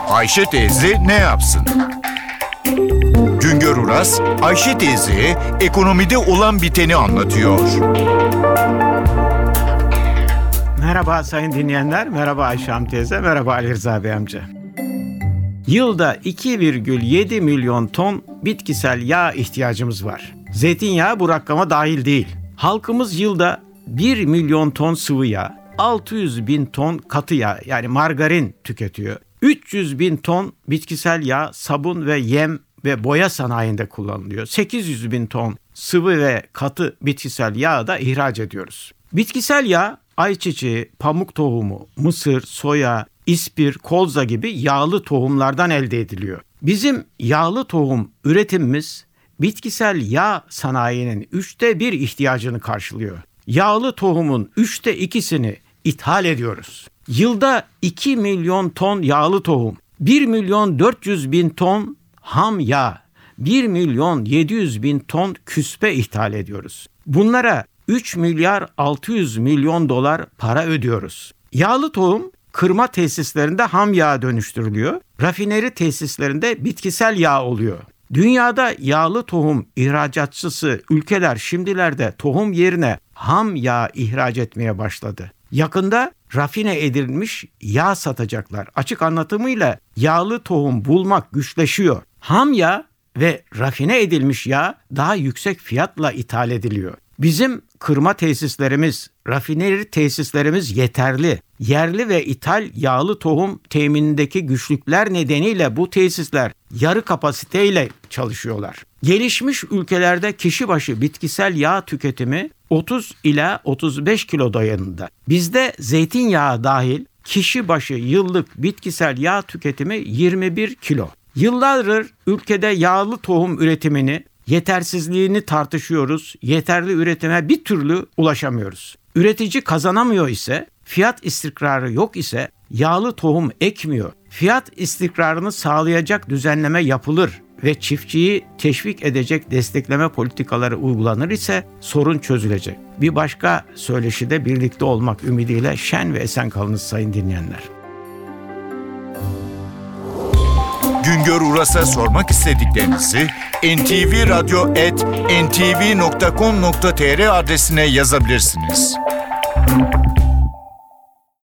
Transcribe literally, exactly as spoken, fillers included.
Ayşe teyze ne yapsın? Güngör Uras, Ayşe teyzeye ekonomide olan biteni anlatıyor. Merhaba sayın dinleyenler, merhaba Ayşe Hanım teyze, merhaba Ali Rıza Bey amca. Yılda iki virgül yedi milyon ton bitkisel yağ ihtiyacımız var. Zeytinyağı bu rakama dahil değil. Halkımız yılda bir milyon ton sıvı yağ, altı yüz bin ton katı yağ yani margarin tüketiyor. üç yüz bin ton bitkisel yağ, sabun ve yem ve boya sanayinde kullanılıyor. sekiz yüz bin ton sıvı ve katı bitkisel yağı da ihraç ediyoruz. Bitkisel yağ, ayçiçeği, pamuk tohumu, mısır, soya, ispir, kolza gibi yağlı tohumlardan elde ediliyor. Bizim yağlı tohum üretimimiz bitkisel yağ sanayinin üçte bir ihtiyacını karşılıyor. Yağlı tohumun üçte ikisini ithal ediyoruz. Yılda iki milyon ton yağlı tohum, bir milyon dört yüz bin ton ham yağ, bir milyon yedi yüz bin ton küspe ithal ediyoruz. Bunlara üç milyar altı yüz milyon dolar para ödüyoruz. Yağlı tohum kırma tesislerinde ham yağa dönüştürülüyor. Rafineri tesislerinde bitkisel yağ oluyor. Dünyada yağlı tohum ihracatçısı ülkeler şimdilerde tohum yerine ham yağ ihraç etmeye başladı. Yakında rafine edilmiş yağ satacaklar. Açık anlatımıyla yağlı tohum bulmak güçleşiyor. Ham yağ ve rafine edilmiş yağ daha yüksek fiyatla ithal ediliyor. Bizim kırma tesislerimiz, rafineri tesislerimiz yeterli. Yerli ve ithal yağlı tohum teminindeki güçlükler nedeniyle bu tesisler yarı kapasiteyle çalışıyorlar. Gelişmiş ülkelerde kişi başı bitkisel yağ tüketimi otuz ila otuz beş kilo dayanında. Bizde zeytinyağı dahil kişi başı yıllık bitkisel yağ tüketimi yirmi bir kilo. Yıllardır ülkede yağlı tohum üretimini, yetersizliğini tartışıyoruz. Yeterli üretime bir türlü ulaşamıyoruz. Üretici kazanamıyor ise, fiyat istikrarı yok ise yağlı tohum ekmiyor. Fiyat istikrarını sağlayacak düzenleme yapılır ve çiftçiyi teşvik edecek destekleme politikaları uygulanır ise sorun çözülecek. Bir başka söyleşide birlikte olmak ümidiyle şen ve esen kalınız sayın dinleyenler. Güngör Uras'a sormak istediklerinizi en ti vi radyo at en ti vi nokta com nokta tr adresine yazabilirsiniz.